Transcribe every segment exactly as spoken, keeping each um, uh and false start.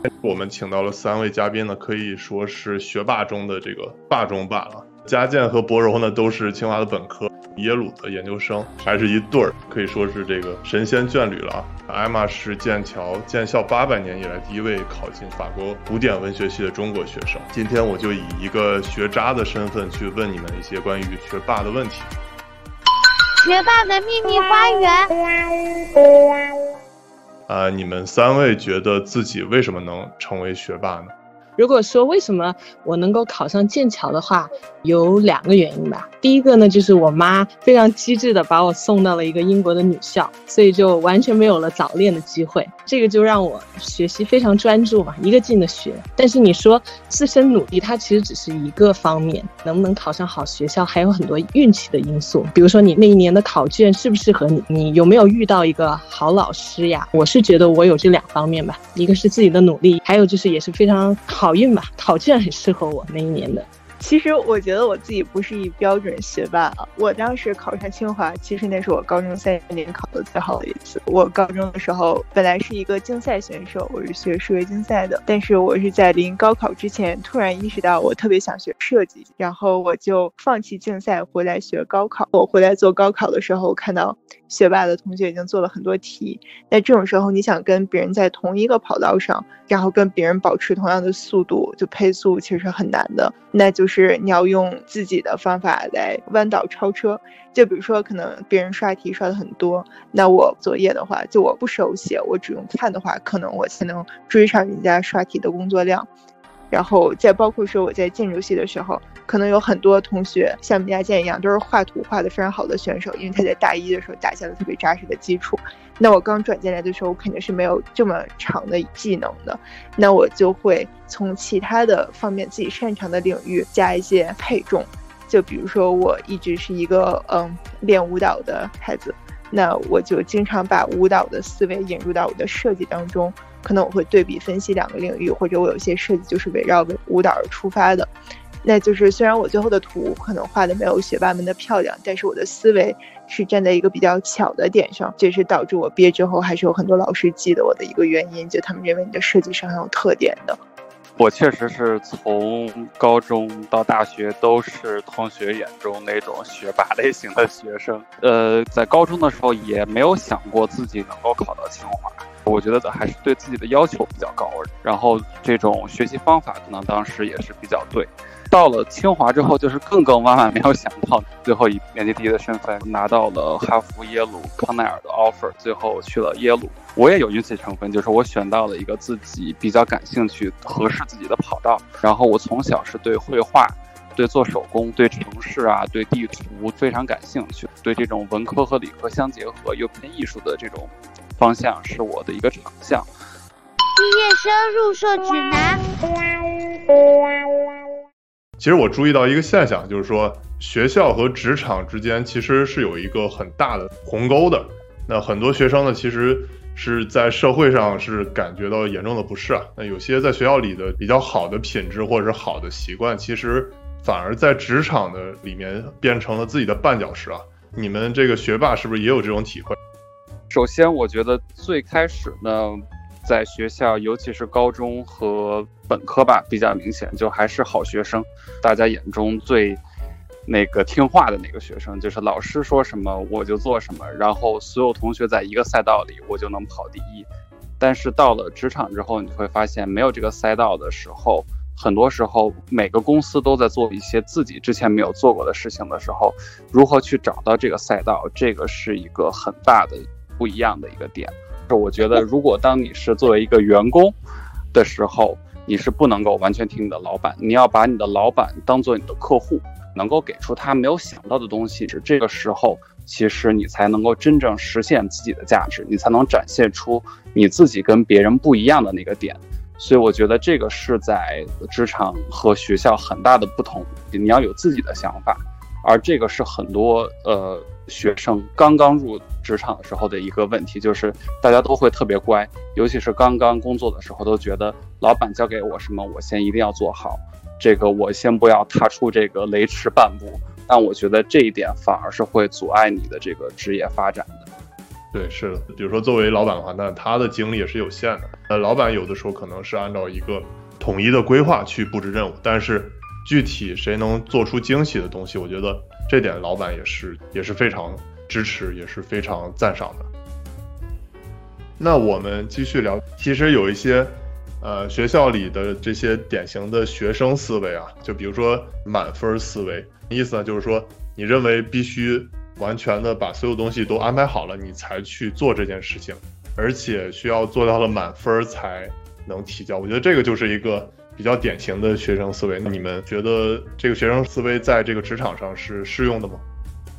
我们请到了三位嘉宾呢，可以说是学霸中的这个霸中霸了。佳健和博柔呢都是清华的本科，耶鲁的研究生，还是一对儿，可以说是这个神仙眷侣了。艾玛是剑桥建校八百年以来第一位考进法国古典文学系的中国学生。今天我就以一个学渣的身份去问你们一些关于学霸的问题。 学霸的秘密花园。 呃，你们三位觉得自己为什么能成为学霸呢？ 如果说为什么我能够考上剑桥的话，有两个原因吧。第一个呢，就是我妈非常机智的把我送到了一个英国的女校，所以就完全没有了早恋的机会。这个就让我学习非常专注嘛，一个劲的学。但是你说自身努力，它其实只是一个方面，能不能考上好学校还有很多运气的因素。比如说你那一年的考卷适不适合你，你有没有遇到一个好老师呀？我是觉得我有这两方面吧，一个是自己的努力，还有就是也是非常好运吧，考卷很适合我那一年的。 其实我觉得我自己不是一标准学霸啊。我当时考上清华，其实那是我高中三年考的最好的一次。我高中的时候本来是一个竞赛选手，我是学数学竞赛的，但是我是在临高考之前突然意识到我特别想学设计，然后我就放弃竞赛回来学高考。我回来做高考的时候，看到学霸的同学已经做了很多题，那这种时候你想跟别人在同一个跑道上，然后跟别人保持同样的速度，就配速其实很难的。那就是你要用自己的方法来弯道超车。就比如说可能别人刷题刷的很多，那我作业的话，就我不手写，我只用看的话，可能我才能追上人家刷题的工作量。然后再包括说我在建筑系的时候，可能有很多同学像米亚健一样都是画图画得非常好的选手，因为他在大一的时候打下了特别扎实的基础。那我刚转进来的时候，我肯定是没有这么长的技能的，那我就会从其他的方面自己擅长的领域加一些配重。就比如说我一直是一个嗯练舞蹈的孩子，那我就经常把舞蹈的思维引入到我的设计当中，可能我会对比分析两个领域，或者我有一些设计就是围绕舞蹈而出发的。那就是虽然我最后的图可能画的没有学霸们的漂亮，但是我的思维是站在一个比较巧的点上，这是导致我毕业之后还是有很多老师记得我的一个原因，就他们认为你的设计是很有特点的。 我确实是从高中到大学都是同学眼中那种学霸类型的学生。呃，在高中的时候也没有想过自己能够考到清华，我觉得还是对自己的要求比较高，然后这种学习方法可能当时也是比较对。到了清华之后，就是更更万万没有想到，最后以年级第一的身份拿到了哈佛、耶鲁、康奈尔的 offer， 最后去了耶鲁。我也有运气成分，就是我选到了一个自己比较感兴趣、合适自己的跑道。然后我从小是对绘画、对做手工、对城市啊、对地图非常感兴趣，对这种文科和理科相结合又偏艺术的这种方向是我的一个长项。 毕业生入社指南。 其实我注意到一个现象，就是说学校和职场之间其实是有一个很大的鸿沟的。那很多学生呢，其实是在社会上是感觉到严重的不适啊。那有些在学校里的比较好的品质或者是好的习惯，其实反而在职场的里面变成了自己的绊脚石啊。你们这个学霸是不是也有这种体会？ 首先我觉得最开始呢，在学校尤其是高中和本科吧，比较明显，就还是好学生，大家眼中最那个听话的那个学生，就是老师说什么我就做什么，然后所有同学在一个赛道里我就能跑第一。但是到了职场之后，你会发现没有这个赛道的时候，很多时候每个公司都在做一些自己之前没有做过的事情的时候，如何去找到这个赛道，这个是一个很大的不一样的一个点。我觉得如果当你是作为一个员工的时候，你是不能够完全听你的老板，你要把你的老板当做你的客户，能够给出他没有想到的东西，是这个时候其实你才能够真正实现自己的价值，你才能展现出你自己跟别人不一样的那个点。所以我觉得这个是在职场和学校很大的不同，你要有自己的想法，而这个是很多呃学生刚刚入职场的时候的一个问题，就是大家都会特别乖，尤其是刚刚工作的时候，都觉得老板交给我什么我先一定要做好，这个我先不要踏出这个雷池半步。但我觉得这一点反而是会阻碍你的这个职业发展的。 对，是的。比如说作为老板的话，那他的精力也是有限的。呃，老板有的时候可能是按照一个统一的规划去布置任务，但是具体谁能做出惊喜的东西，我觉得这点老板也是也是非常支持，也是非常赞赏的。那我们继续聊，其实有一些呃学校里的这些典型的学生思维啊，就比如说满分思维，意思呢就是说你认为必须完全的把所有东西都安排好了，你才去做这件事情，而且需要做到了满分才能提交。我觉得这个就是一个比较典型的学生思维。你们觉得这个学生思维在这个职场上是适用的吗？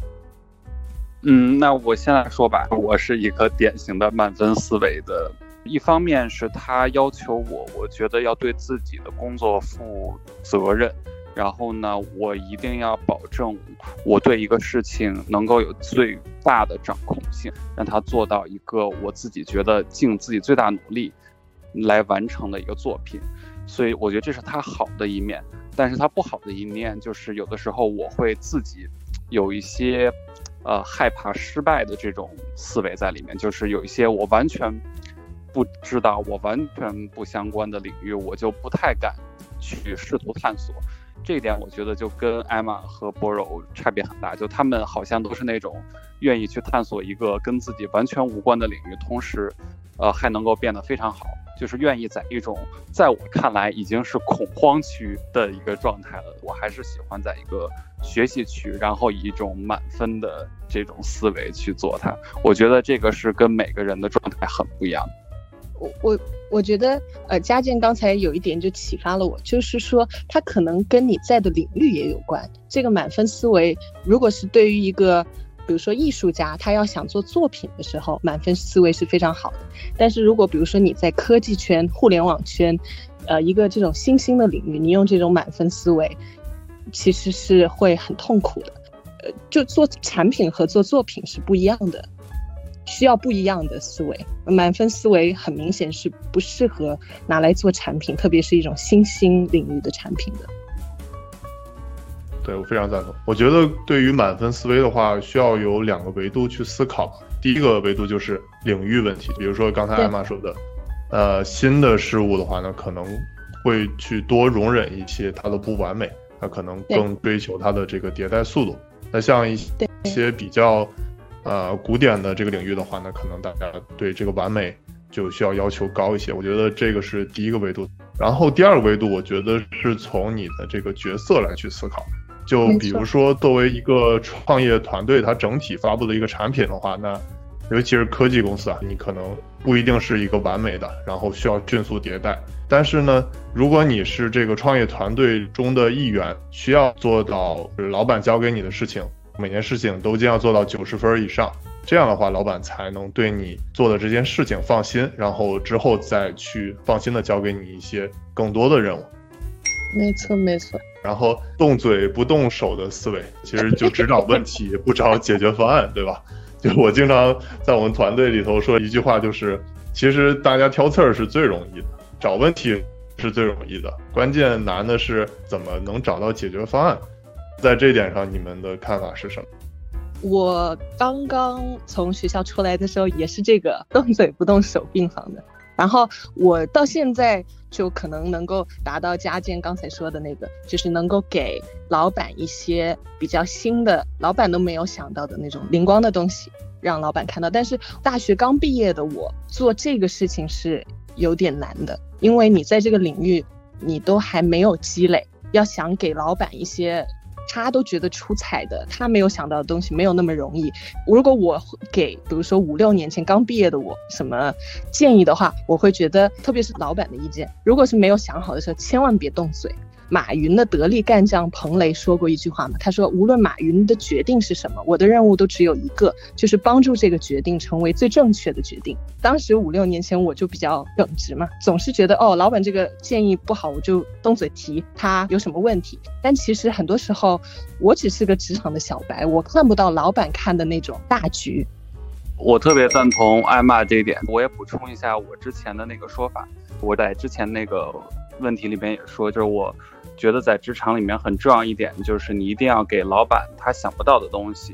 嗯，那我先来说吧。我是一个典型的满分思维的，一方面是他要求我，我觉得要对自己的工作负责任。然后呢，我一定要保证我对一个事情能够有最大的掌控性，让它做到一个我自己觉得尽自己最大努力来完成的一个作品。所以我觉得这是它好的一面，但是它不好的一面就是有的时候我会自己有一些呃害怕失败的这种思维在里面，就是有一些我完全不知道、我完全不相关的领域，我就不太敢去试图探索。这一点我觉得就跟艾玛和波柔差别很大，就他们好像都是那种愿意去探索一个跟自己完全无关的领域，同时呃还能够变得非常好，就是愿意在一种在我看来已经是恐慌区的一个状态了。我还是喜欢在一个学习区，然后以一种满分的这种思维去做它。我觉得这个是跟每个人的状态很不一样。 我我我觉得，呃，佳健刚才有一点就启发了我，就是说，它可能跟你在的领域也有关。这个满分思维，如果是对于一个，比如说艺术家，他要想做作品的时候，满分思维是非常好的。但是如果比如说你在科技圈、互联网圈，呃，一个这种新兴的领域，你用这种满分思维，其实是会很痛苦的。呃，就做产品和做作品是不一样的。需要不一样的思维，满分思维很明显是不适合拿来做产品，特别是一种新兴领域的产品的。 对，我非常赞同。我觉得对于满分思维的话，需要有两个维度去思考。第一个维度就是领域问题，比如说刚才艾玛说的，呃，新的事物的话呢，可能会去多容忍一些它的不完美，那可能更追求它的这个迭代速度。那像一些比较呃，古典的这个领域的话呢，可能大家对这个完美就需要要求高一些。我觉得这个是第一个维度。然后第二个维度，我觉得是从你的这个角色来去思考。就比如说，作为一个创业团队，它整体发布的一个产品的话，那尤其是科技公司啊，你可能不一定是一个完美的，然后需要迅速迭代。但是呢，如果你是这个创业团队中的一员，需要做到老板交给你的事情，每件事情都尽量做到九十分以上，这样的话老板才能对你做的这件事情放心，然后之后再去放心的交给你一些更多的任务。 没错没错。 然后动嘴不动手的思维，其实就只找问题不找解决方案，对吧？就我经常在我们团队里头说一句话，就是其实大家挑刺儿是最容易的，找问题是最容易的，关键难的是怎么能找到解决方案。在这一点上，你们的看法是什么？ 我刚刚从学校出来的时候，也是这个动嘴不动手病房的。然后我到现在就可能能够达到佳健刚才说的那个，就是能够给老板一些比较新的、老板都没有想到的那种灵光的东西，让老板看到。但是大学刚毕业的我做这个事情是有点难的，因为你在这个领域你都还没有积累，要想给老板一些他都觉得出彩的，他没有想到的东西，没有那么容易。如果我给比如说五六年前刚毕业的我什么建议的话，我会觉得，特别是老板的意见，如果是没有想好的时候，千万别动嘴。马云的得力干将彭雷说过一句话嘛，他说无论马云的决定是什么，我的任务都只有一个，就是帮助这个决定成为最正确的决定。当时五六年前我就比较耿直嘛，总是觉得哦，老板这个建议不好，我就动嘴提他有什么问题。但其实很多时候我只是个职场的小白，我看不到老板看的那种大局。 我特别赞同艾玛这一点，我也补充一下我之前的那个说法。我在之前那个问题里面也说，就是我觉得在职场里面很重要一点，就是你一定要给老板他想不到的东西，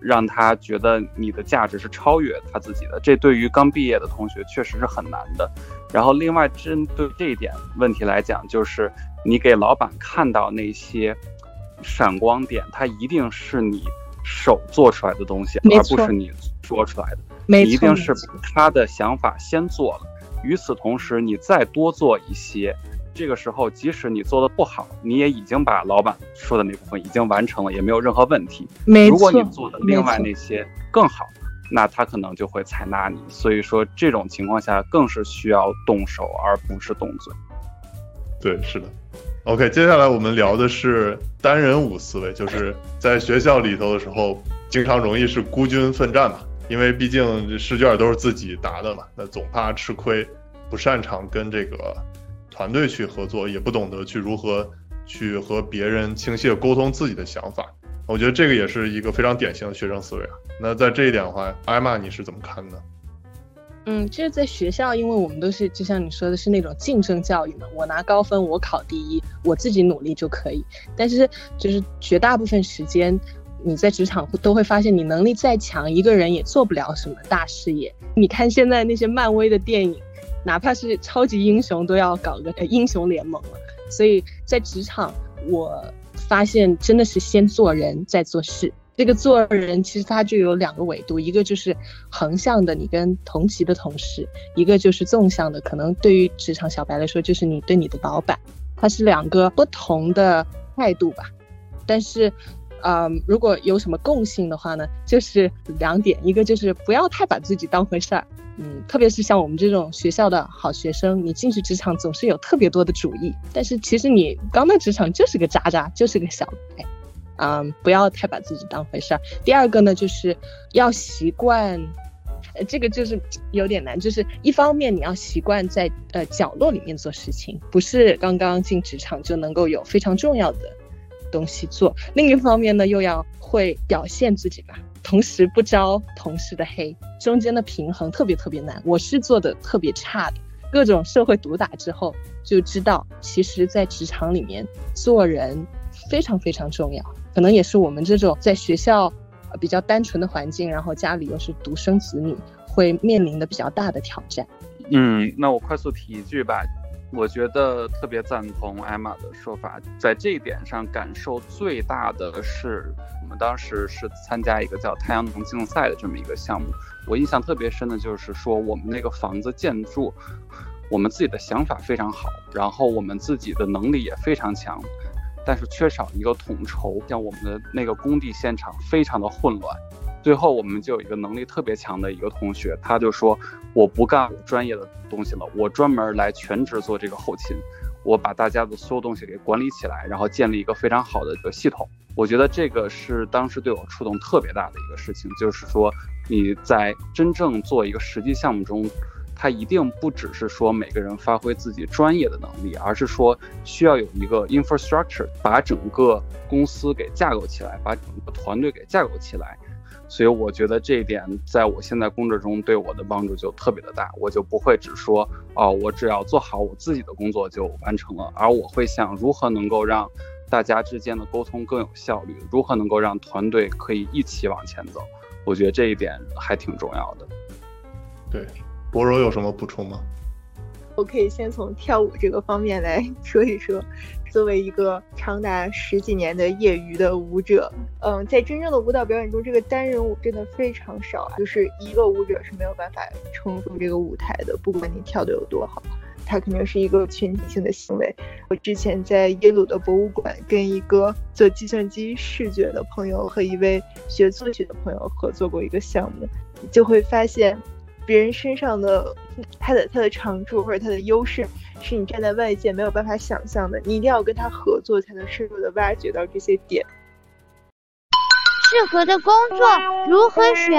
让他觉得你的价值是超越他自己的，这对于刚毕业的同学确实是很难的。然后另外针对这一点问题来讲，就是你给老板看到那些闪光点，它一定是你手做出来的东西，而不是你说出来的。你一定是他的想法先做了，与此同时你再多做一些，这个时候即使你做的不好，你也已经把老板说的那部分已经完成了，也没有任何问题。如果你做的另外那些更好，那他可能就会采纳你。所以说这种情况下更是需要动手而不是动嘴。 对，是的。OK， 接下来我们聊的是单人舞思维，就是在学校里头的时候经常容易是孤军奋战嘛，因为毕竟这试卷都是自己答的嘛，那总怕吃亏，不擅长跟这个团队去合作，也不懂得去如何去和别人清晰地沟通自己的想法。我觉得这个也是一个非常典型的学生思维啊。那在这一点的话，艾玛你是怎么看的？ 嗯，就是在学校，因为我们都是就像你说的是那种竞争教育嘛，我拿高分，我考第一，我自己努力就可以。但是就是绝大部分时间你在职场都会发现，你能力再强，一个人也做不了什么大事业。你看现在那些漫威的电影，哪怕是超级英雄都要搞个英雄联盟了。所以在职场我发现真的是先做人再做事。这个做人其实它就有两个维度，一个就是横向的你跟同级的同事，一个就是纵向的，可能对于职场小白来说就是你对你的老板，它是两个不同的态度吧。但是嗯，如果有什么共性的话呢，就是两点，一个就是不要太把自己当回事儿，嗯，特别是像我们这种学校的好学生，你进去职场总是有特别多的主意，但是其实你刚到职场就是个渣渣，就是个小白，嗯，不要太把自己当回事儿。第二个呢，就是要习惯，呃，这个就是有点难，就是一方面你要习惯在呃角落里面做事情，不是刚刚进职场就能够有非常重要的东西做。另一方面呢，又要会表现自己吧，同时不招同事的黑，中间的平衡特别特别难。我是做的特别差的，各种社会毒打之后就知道，其实在职场里面做人非常非常重要。可能也是我们这种在学校比较单纯的环境，然后家里又是独生子女，会面临的比较大的挑战。 嗯，那我快速提一句吧，我觉得特别赞同艾玛的说法，在这一点上感受最大的是，我们当时是参加一个叫太阳能竞赛的这么一个项目，我印象特别深的就是说，我们那个房子建筑，我们自己的想法非常好，然后我们自己的能力也非常强，但是缺少一个统筹，像我们的那个工地现场非常的混乱。最后我们就有一个能力特别强的一个同学，他就说我不干我专业的东西了，我专门来全职做这个后勤，我把大家的所有东西给管理起来，然后建立一个非常好的一个系统。我觉得这个是当时对我触动特别大的一个事情，就是说你在真正做一个实际项目中，它一定不只是说每个人发挥自己专业的能力，而是说需要有一个 infrastructure 把整个公司给架构起来，把整个团队给架构起来。所以我觉得这一点在我现在工作中对我的帮助就特别的大，我就不会只说哦，我只要做好我自己的工作就完成了，而我会想如何能够让大家之间的沟通更有效率，如何能够让团队可以一起往前走，我觉得这一点还挺重要的。 对，博柔有什么补充吗？ 我可以先从跳舞这个方面来说一说。作为一个长达十几年的业余的舞者，嗯，在真正的舞蹈表演中，这个单人舞真的非常少啊，就是一个舞者是没有办法撑住这个舞台的，不管你跳得有多好，它肯定是一个群体性的行为。我之前在耶鲁的博物馆跟一个做计算机视觉的朋友和一位学作曲的朋友合作过一个项目，就会发现别人身上的他的他的长处或者他的优势是你站在外界没有办法想象的，你一定要跟他合作才能深入的挖掘到这些点。 适合的工作如何选？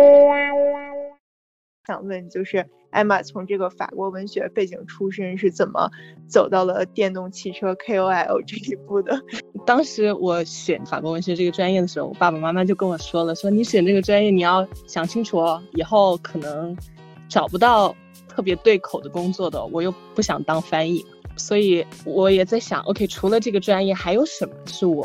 想问就是艾玛从这个法国文学背景出身是怎么走到了电动汽车 K O L 这一步的？ 当时我选法国文学这个专业的时候，我爸爸妈妈就跟我说了，说你选这个专业你要想清楚哦，以后可能找不到特别对口的工作的，我又不想当翻译，所以我也在想 OK 除了这个专业还有什么是我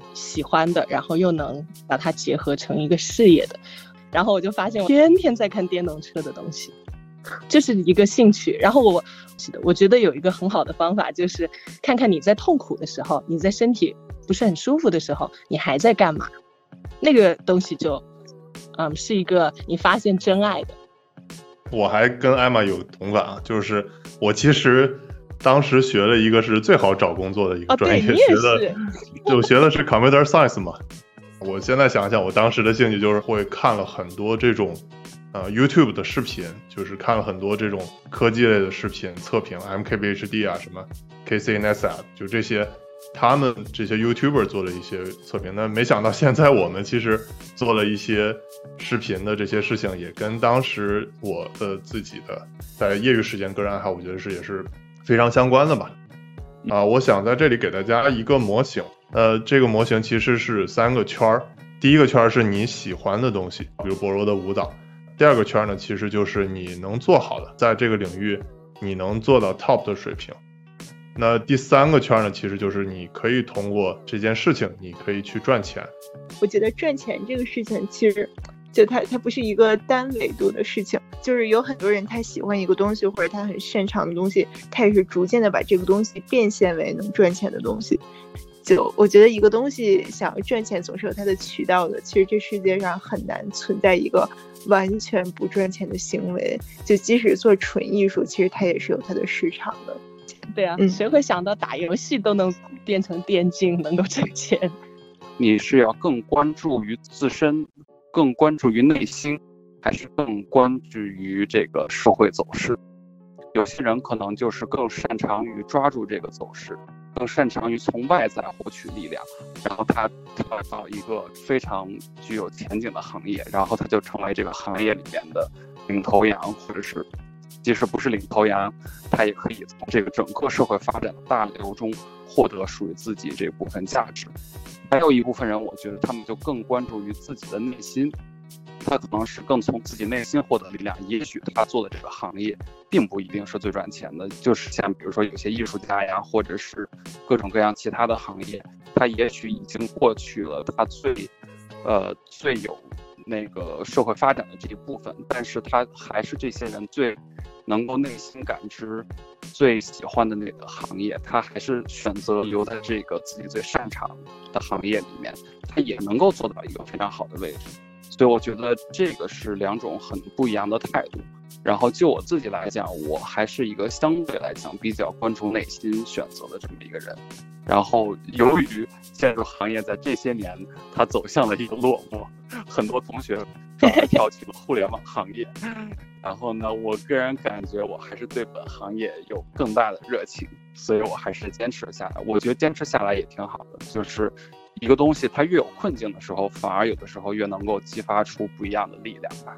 喜欢的，然后又能把它结合成一个事业的。然后我就发现我天天在看电动车的东西，这是一个兴趣。然后我我觉得有一个很好的方法，就是看看你在痛苦的时候，你在身体不是很舒服的时候，你还在干嘛，那个东西就嗯是一个你发现真爱的。 我还跟艾玛有同感啊，就是我其实当时学了一个是最好找工作的一个专业， 哦、 学的就学的是 computer science 嘛。我现在想想，我当时的兴趣就是会看了很多这种呃 YouTube 的视频，就是看了很多这种科技类的视频测评 M K B H D 啊，什么 K C N S A， 就这些他们这些 YouTuber 做了一些测评。那没想到现在我们其实做了一些视频的这些事情，也跟当时我的自己的在业余时间个人爱好，我觉得是也是非常相关的吧。啊，我想在这里给大家一个模型，呃，这个模型其实是三个圈儿。第一个圈是你喜欢的东西，比如波罗的舞蹈。第二个圈呢，其实就是你能做好的，在这个领域你能做到 top 的水平。那第三个圈呢，其实就是你可以通过这件事情，你可以去赚钱。 我觉得赚钱这个事情，其实就它它不是一个单维度的事情，就是有很多人他喜欢一个东西，或者他很擅长的东西，他也是逐渐的把这个东西变现为能赚钱的东西。就我觉得一个东西想要赚钱，总是有它的渠道的。其实这世界上很难存在一个完全不赚钱的行为，就即使做纯艺术，其实它也是有它的市场的。 对啊， 嗯、 谁会想到打游戏都能变成电竞，能够挣钱？ 你是要更关注于自身，更关注于内心，还是更关注于这个社会走势？有些人可能就是更擅长于抓住这个走势，更擅长于从外在获取力量，然后他跳到一个非常具有前景的行业，然后他就成为这个行业里面的领头羊，或者是即使不是领头羊，他也可以从这个整个社会发展的大流中获得属于自己这部分价值。还有一部分人，我觉得他们就更关注于自己的内心，他可能是更从自己内心获得力量，也许他做的这个行业并不一定是最赚钱的，就是像比如说有些艺术家呀，或者是各种各样其他的行业，他也许已经过去了他最呃最有那个社会发展的这一部分，但是他还是这些人最能够内心感知最喜欢的那个行业，他还是选择留在这个自己最擅长的行业里面，他也能够做到一个非常好的位置。所以我觉得这个是两种很不一样的态度。然后就我自己来讲，我还是一个相对来讲比较关注内心选择的这么一个人。然后由于建筑行业在这些年它走向了一个落寞，很多同学转而跳去了互联网行业。然后呢，我个人感觉我还是对本行业有更大的热情，所以我还是坚持了下来。我觉得坚持下来也挺好的，就是一个东西它越有困境的时候，反而有的时候越能够激发出不一样的力量吧。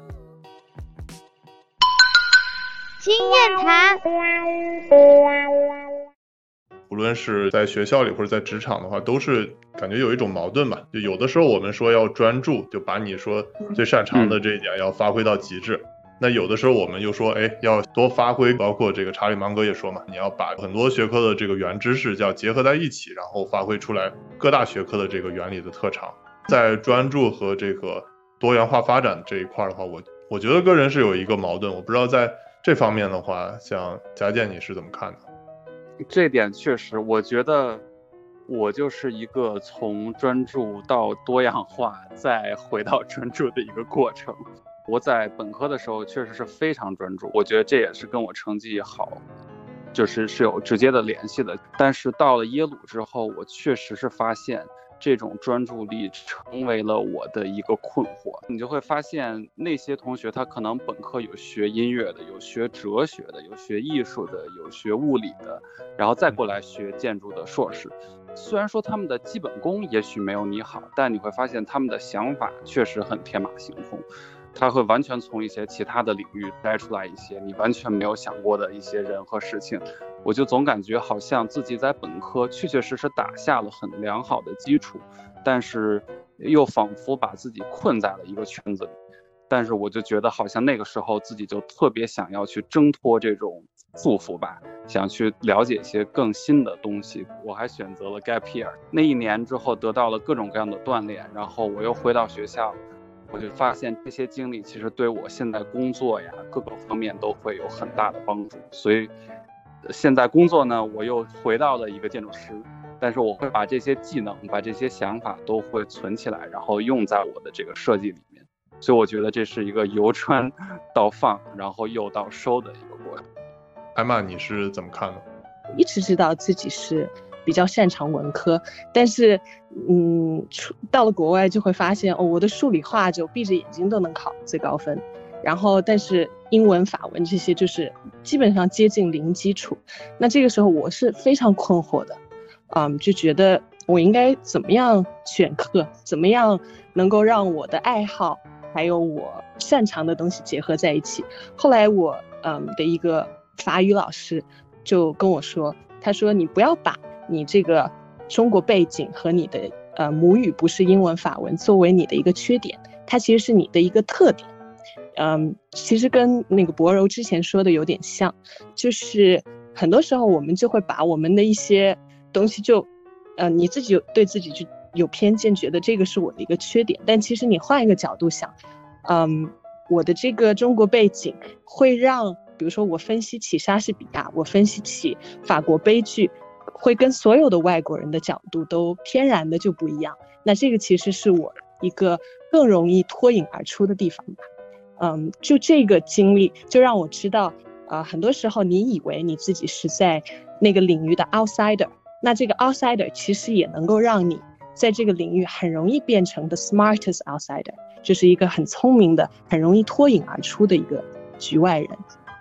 经验谈， 无论是在学校里或者在职场的话，都是感觉有一种矛盾吧。就有的时候我们说要专注，就把你说最擅长的这一点要发挥到极致。嗯、那有的时候我们又说，哎，要多发挥，包括这个查理芒格也说嘛，你要把很多学科的这个原知识要结合在一起，然后发挥出来各大学科的这个原理的特长。在专注和这个多元化发展这一块的话，我我觉得个人是有一个矛盾，我不知道在这方面的话，像佳健你是怎么看的？ 这点确实，我觉得我就是一个从专注到多样化再回到专注的一个过程。我在本科的时候确实是非常专注，我觉得这也是跟我成绩好就是是有直接的联系的。但是到了耶鲁之后，我确实是发现这种专注力成为了我的一个困惑。你就会发现那些同学他可能本科有学音乐的，有学哲学的，有学艺术的，有学物理的，然后再过来学建筑的硕士。虽然说他们的基本功也许没有你好，但你会发现他们的想法确实很天马行空，他会完全从一些其他的领域摘出来一些你完全没有想过的一些人和事情。我就总感觉好像自己在本科确确实实打下了很良好的基础，但是又仿佛把自己困在了一个圈子里。 但是我就觉得好像那个时候自己就特别想要去挣脱这种束缚吧，想去了解一些更新的东西。我还选择了 gap year， 那一年之后得到了各种各样的锻炼，然后我又回到学校，我就发现这些经历其实对我现在工作呀各个方面都会有很大的帮助。所以现在工作呢，我又回到了一个建筑师，但是我会把这些技能把这些想法都会存起来，然后用在我的这个设计里面。所以我觉得这是一个由穿到放然后又到收的一个过程。 艾玛你是怎么看的？ 一直知道自己是比较擅长文科，但是嗯，到了国外就会发现哦，我的数理化就闭着眼睛都能考最高分，然后但是英文法文这些就是基本上接近零基础。那这个时候我是非常困惑的，嗯，就觉得我应该怎么样选课，怎么样能够让我的爱好还有我擅长的东西结合在一起。后来我嗯的一个法语老师就跟我说，他说你不要把你这个中国背景和你的呃母语不是英文法文作为你的一个缺点，它其实是你的一个特点。嗯，其实跟那个博柔之前说的有点像，就是很多时候我们就会把我们的一些东西就呃你自己对自己就有偏见，觉得这个是我的一个缺点，但其实你换一个角度想，嗯，我的这个中国背景会让比如说我分析起莎士比亚，我分析起法国悲剧，会跟所有的外国人的角度都天然的就不一样。那这个其实是我一个更容易脱颖而出的地方吧。嗯，就这个经历就让我知道，呃，很多时候你以为你自己是在那个领域的 outsider， 那这个 outsider 其实也能够让你在这个领域很容易变成 the smartest outsider， 就是一个很聪明的、很容易脱颖而出的一个局外人。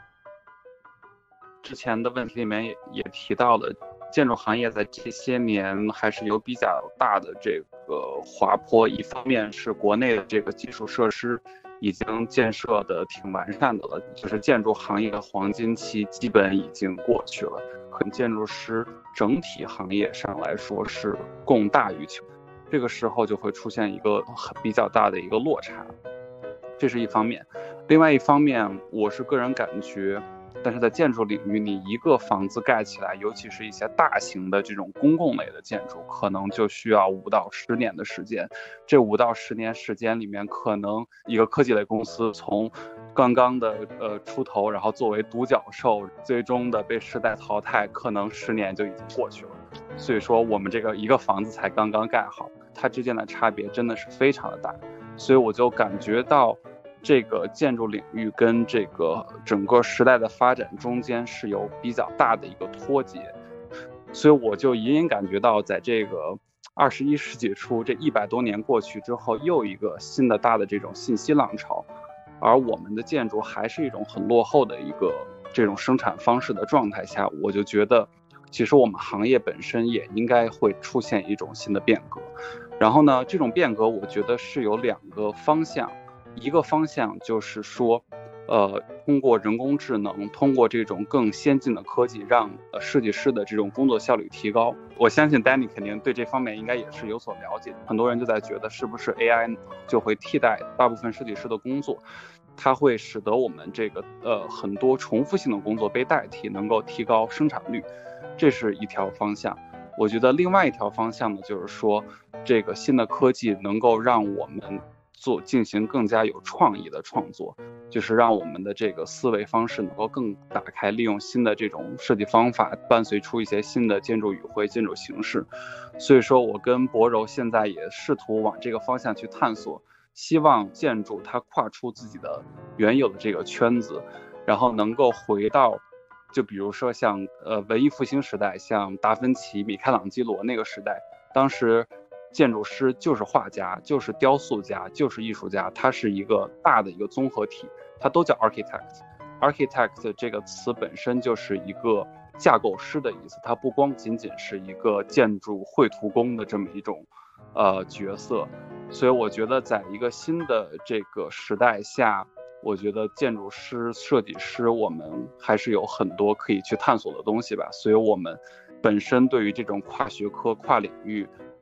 之前的问题里面也也提到了，建筑行业在这些年还是有比较大的这个滑坡。一方面是国内的这个基础设施已经建设的挺完善的了，就是建筑行业的黄金期基本已经过去了，可能建筑师整体行业上来说是供大于求，这个时候就会出现一个很比较大的一个落差，这是一方面。另外一方面，我是个人感觉，但是在建筑领域，你一个房子盖起来，尤其是一些大型的这种公共类的建筑，可能就需要五到十年的时间。这五到十年时间里面，可能一个科技类公司从刚刚的呃出头，然后作为独角兽，最终的被时代淘汰，可能十年就已经过去了。所以说，我们这个一个房子才刚刚盖好，它之间的差别真的是非常的大。所以我就感觉到，这个建筑领域跟这个整个时代的发展中间是有比较大的一个脱节，所以我就隐隐感觉到，在这个二十一世纪初，这一百多年过去之后，又一个新的大的这种信息浪潮，而我们的建筑还是一种很落后的一个这种生产方式的状态下，我就觉得，其实我们行业本身也应该会出现一种新的变革。然后呢，这种变革我觉得是有两个方向。一个方向就是说，呃，通过人工智能，通过这种更先进的科技，让呃设计师的这种工作效率提高。我相信 Danny 肯定对这方面应该也是有所了解。很多人就在觉得，是不是 A I 就会替代大部分设计师的工作，它会使得我们这个呃很多重复性的工作被代替，能够提高生产率，这是一条方向。我觉得另外一条方向呢，就是说，这个新的科技能够让我们做进行更加有创意的创作，就是让我们的这个思维方式能够更打开，利用新的这种设计方法，伴随出一些新的建筑语汇、建筑形式。所以说我跟博柔现在也试图往这个方向去探索，希望建筑它跨出自己的原有的这个圈子，然后能够回到，就比如说像呃文艺复兴时代，像达芬奇、米开朗基罗那个时代，当时建筑师就是画家，就是雕塑家，就是艺术家，它是一个大的一个综合体，它都叫 architect。architect 这个词本身就是一个架构师的意思，它不光仅仅是一个建筑绘图工的这么一种呃角色。所以我觉得在一个新的这个时代下，我觉得建筑师、设计师我们还是有很多可以去探索的东西吧。所以我们本身对于这种跨学科、跨领域，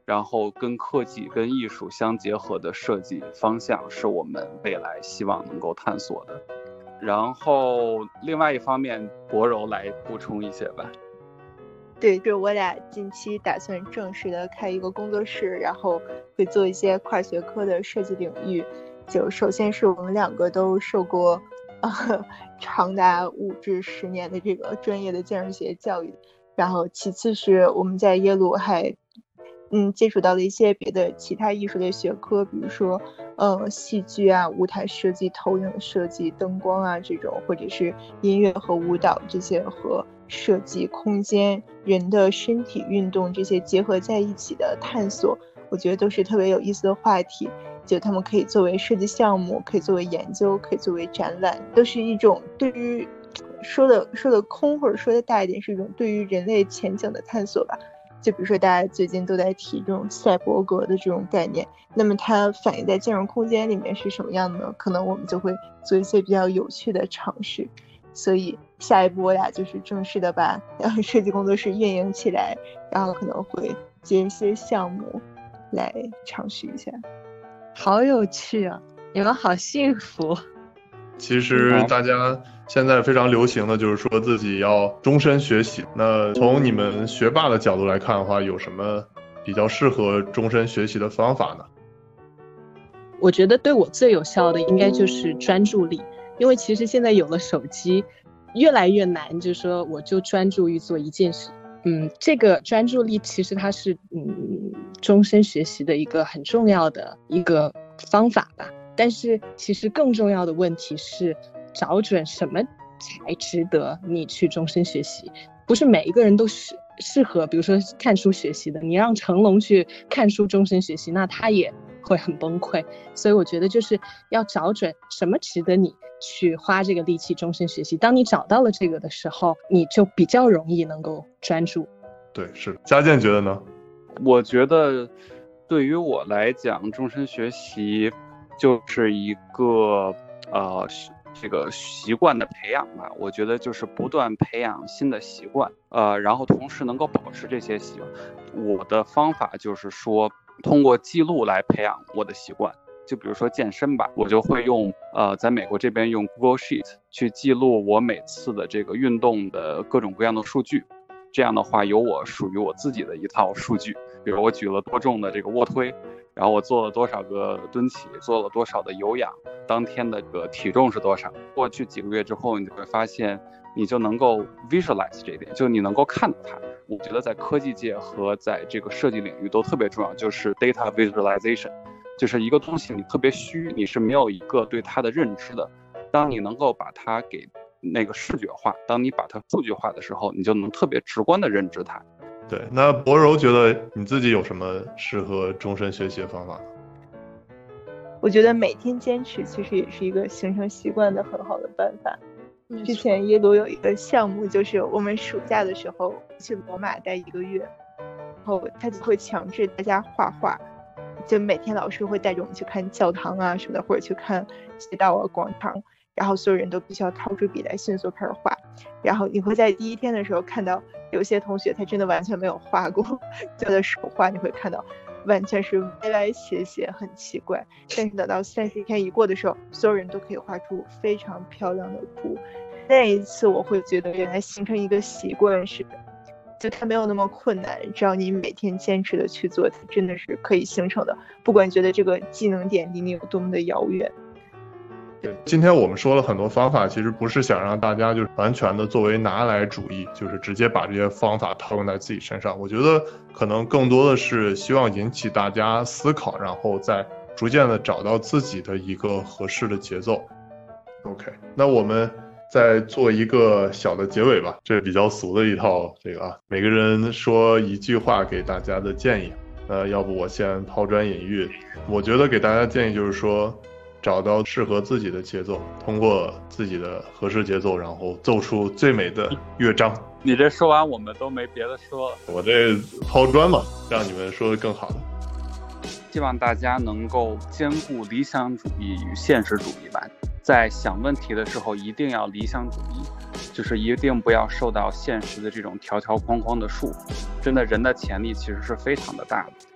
然后跟科技跟艺术相结合的设计方向是我们未来希望能够探索的。然后另外一方面，博柔来补充一些吧。 对，就是我俩近期打算正式的开一个工作室，然后会做一些跨学科的设计领域。就首先是我们两个都受过呃长达五至十年的这个专业的建筑学教育，然后其次是我们在耶鲁还嗯接触到了一些别的其他艺术的学科，比如说呃戏剧啊、舞台设计、投影设计、灯光啊这种，或者是音乐和舞蹈这些和设计空间、人的身体运动这些结合在一起的探索，我觉得都是特别有意思的话题。就他们可以作为设计项目，可以作为研究，可以作为展览，都是一种对于说的说的空或者说的大一点，是一种对于人类前景的探索吧。就比如说大家最近都在提这种赛博格的这种概念，那么它反映在建筑空间里面是什么样的呢？可能我们就会做一些比较有趣的尝试。所以下一步我俩就是正式的把设计工作室运营起来，然后可能会接一些项目来尝试一下。 好有趣啊，你们好幸福。 其实大家现在非常流行的就是说自己要终身学习，那从你们学霸的角度来看的话，有什么比较适合终身学习的方法呢？ 我觉得对我最有效的应该就是专注力，因为其实现在有了手机越来越难，就是说我就专注于做一件事。嗯，这个专注力其实它是嗯终身学习的一个很重要的一个方法吧。但是其实更重要的问题是找准什么才值得你去终身学习。不是每一个人都适适合比如说看书学习的，你让成龙去看书终身学习，那他也会很崩溃。所以我觉得就是要找准什么值得你去花这个力气终身学习，当你找到了这个的时候，你就比较容易能够专注。 对，是。佳健觉得呢？ 我觉得对于我来讲，终身学习就是一个呃这个习惯的培养吧。我觉得就是不断培养新的习惯，呃，然后同时能够保持这些习惯。我的方法就是说，通过记录来培养我的习惯。就比如说健身吧，我就会用呃，在美国这边用 Google Sheet 去记录我每次的这个运动的各种各样的数据。这样的话，有我属于我自己的一套数据，比如我举了多重的这个卧推，然后我做了多少个蹲起，做了多少的有氧，当天的这个体重是多少。过去几个月之后，你就会发现，你就能够 visualize 这一点，就你能够看到它。我觉得在科技界和在这个设计领域都特别重要，就是 data visualization。就是一个东西你特别虚，你是没有一个对它的认知的。当你能够把它给那个视觉化，当你把它数据化的时候，你就能特别直观的认知它。 对，那博柔觉得你自己有什么适合终身学习的方法呢？ 我觉得每天坚持其实也是一个形成习惯的很好的办法。之前耶鲁有一个项目，就是我们暑假的时候去罗马待一个月，然后他就会强制大家画画。就每天老师会带着我们去看教堂啊什么的，或者去看街道啊广场，然后所有人都必须要掏出笔来迅速开始画。然后你会在第一天的时候看到有些同学他真的完全没有画过，就在手画你会看到完全是歪歪斜斜，很奇怪。但是等到三十天一过的时候，所有人都可以画出非常漂亮的图。那一次我会觉得原来形成一个习惯是就它没有那么困难，只要你每天坚持的去做，它真的是可以形成的，不管觉得这个技能点离你有多么的遥远。 对，今天我们说了很多方法，其实不是想让大家就是完全的作为拿来主义，就是直接把这些方法套用在自己身上。我觉得可能更多的是希望引起大家思考，然后再逐渐的找到自己的一个合适的节奏。OK， 那我们再做一个小的结尾吧，这是比较俗的一套这个啊，每个人说一句话给大家的建议。呃，要不我先抛砖引玉，我觉得给大家建议就是说，找到适合自己的节奏，通过自己的合适节奏，然后奏出最美的乐章。 你这说完我们都没别的说了， 我这抛砖嘛，让你们说的更好的。 希望大家能够兼顾理想主义与现实主义吧。在想问题的时候一定要理想主义，就是一定不要受到现实的这种条条框框的束缚。真的人的潜力其实是非常的大的。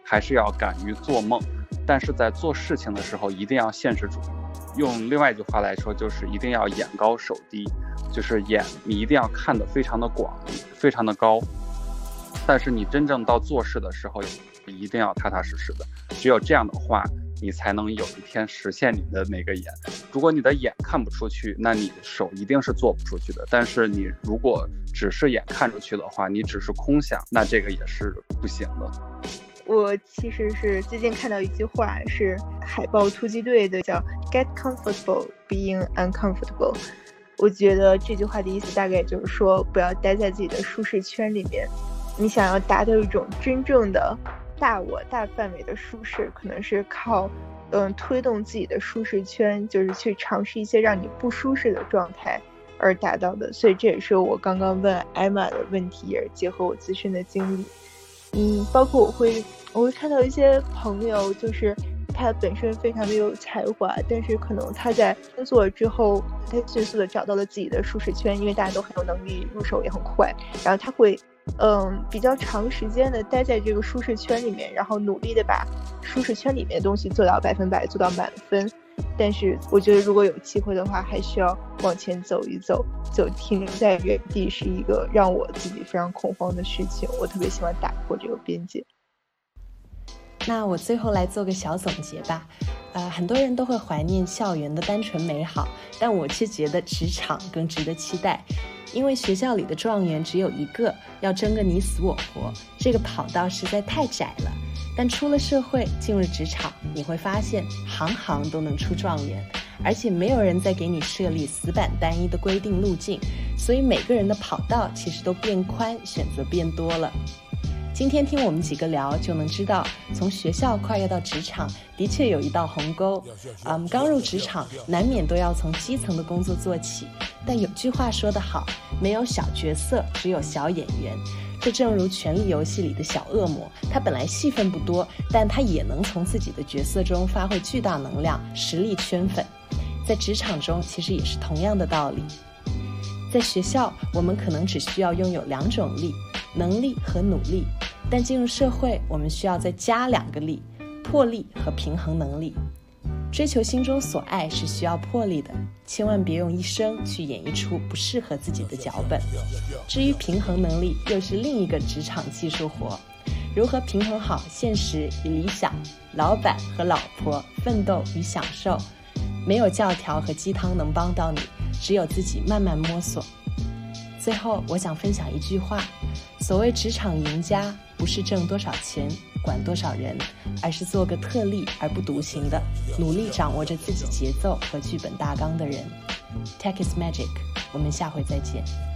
还是要敢于做梦，但是在做事情的时候一定要现实主义。用另外一句话来说，就是一定要眼高手低，就是眼你一定要看得非常的广，非常的高，但是你真正到做事的时候一定要踏踏实实的，只有这样的话你才能有一天实现你的那个眼。如果你的眼看不出去，那你手一定是做不出去的。但是你如果只是眼看出去的话，你只是空想，那这个也是不行的。 我其实是最近看到一句话，是海豹突击队的，叫 Get comfortable being uncomfortable。我觉得这句话的意思大概就是说，不要待在自己的舒适圈里面。你想要达到一种真正的大我大范围的舒适，可能是靠嗯推动自己的舒适圈，就是去尝试一些让你不舒适的状态而达到的。所以这也是我刚刚问艾玛的问题，也是结合我自身的经历。嗯，包括我会我会看到一些朋友，就是他本身非常的有才华，但是可能他在工作之后，他迅速的找到了自己的舒适圈，因为大家都很有能力，入手也很快，然后他会嗯比较长时间的待在这个舒适圈里面，然后努力的把舒适圈里面的东西做到百分百，做到满分。但是我觉得如果有机会的话，还需要往前走一走，就停在原地是一个让我自己非常恐慌的事情。我特别喜欢打破这个边界。 那我最后来做个小总结吧。呃，很多人都会怀念校园的单纯美好，但我却觉得职场更值得期待。因为学校里的状元只有一个，要争个你死我活，这个跑道实在太窄了。但出了社会，进入职场，你会发现行行都能出状元，而且没有人再给你设立死板单一的规定路径，所以每个人的跑道其实都变宽，选择变多了。今天听我们几个聊，就能知道从学校跨越到职场的确有一道鸿沟。嗯，刚入职场难免都要从基层的工作做起，但有句话说得好，没有小角色，只有小演员。这正如权力游戏里的小恶魔，他本来戏份不多，但他也能从自己的角色中发挥巨大能量，实力圈粉。在职场中其实也是同样的道理。在学校我们可能只需要拥有两种力，能力和努力，但进入社会我们需要再加两个力，魄力和平衡能力。追求心中所爱是需要魄力的，千万别用一生去演绎出不适合自己的脚本。至于平衡能力，又是另一个职场技术活。如何平衡好现实与理想，老板和老婆，奋斗与享受，没有教条和鸡汤能帮到你，只有自己慢慢摸索。最后我想分享一句话，所谓职场赢家，不是挣多少钱，管多少人，而是做个特立而不独行的，努力掌握着自己节奏和剧本大纲的人。Tech is magic， 我们下回再见。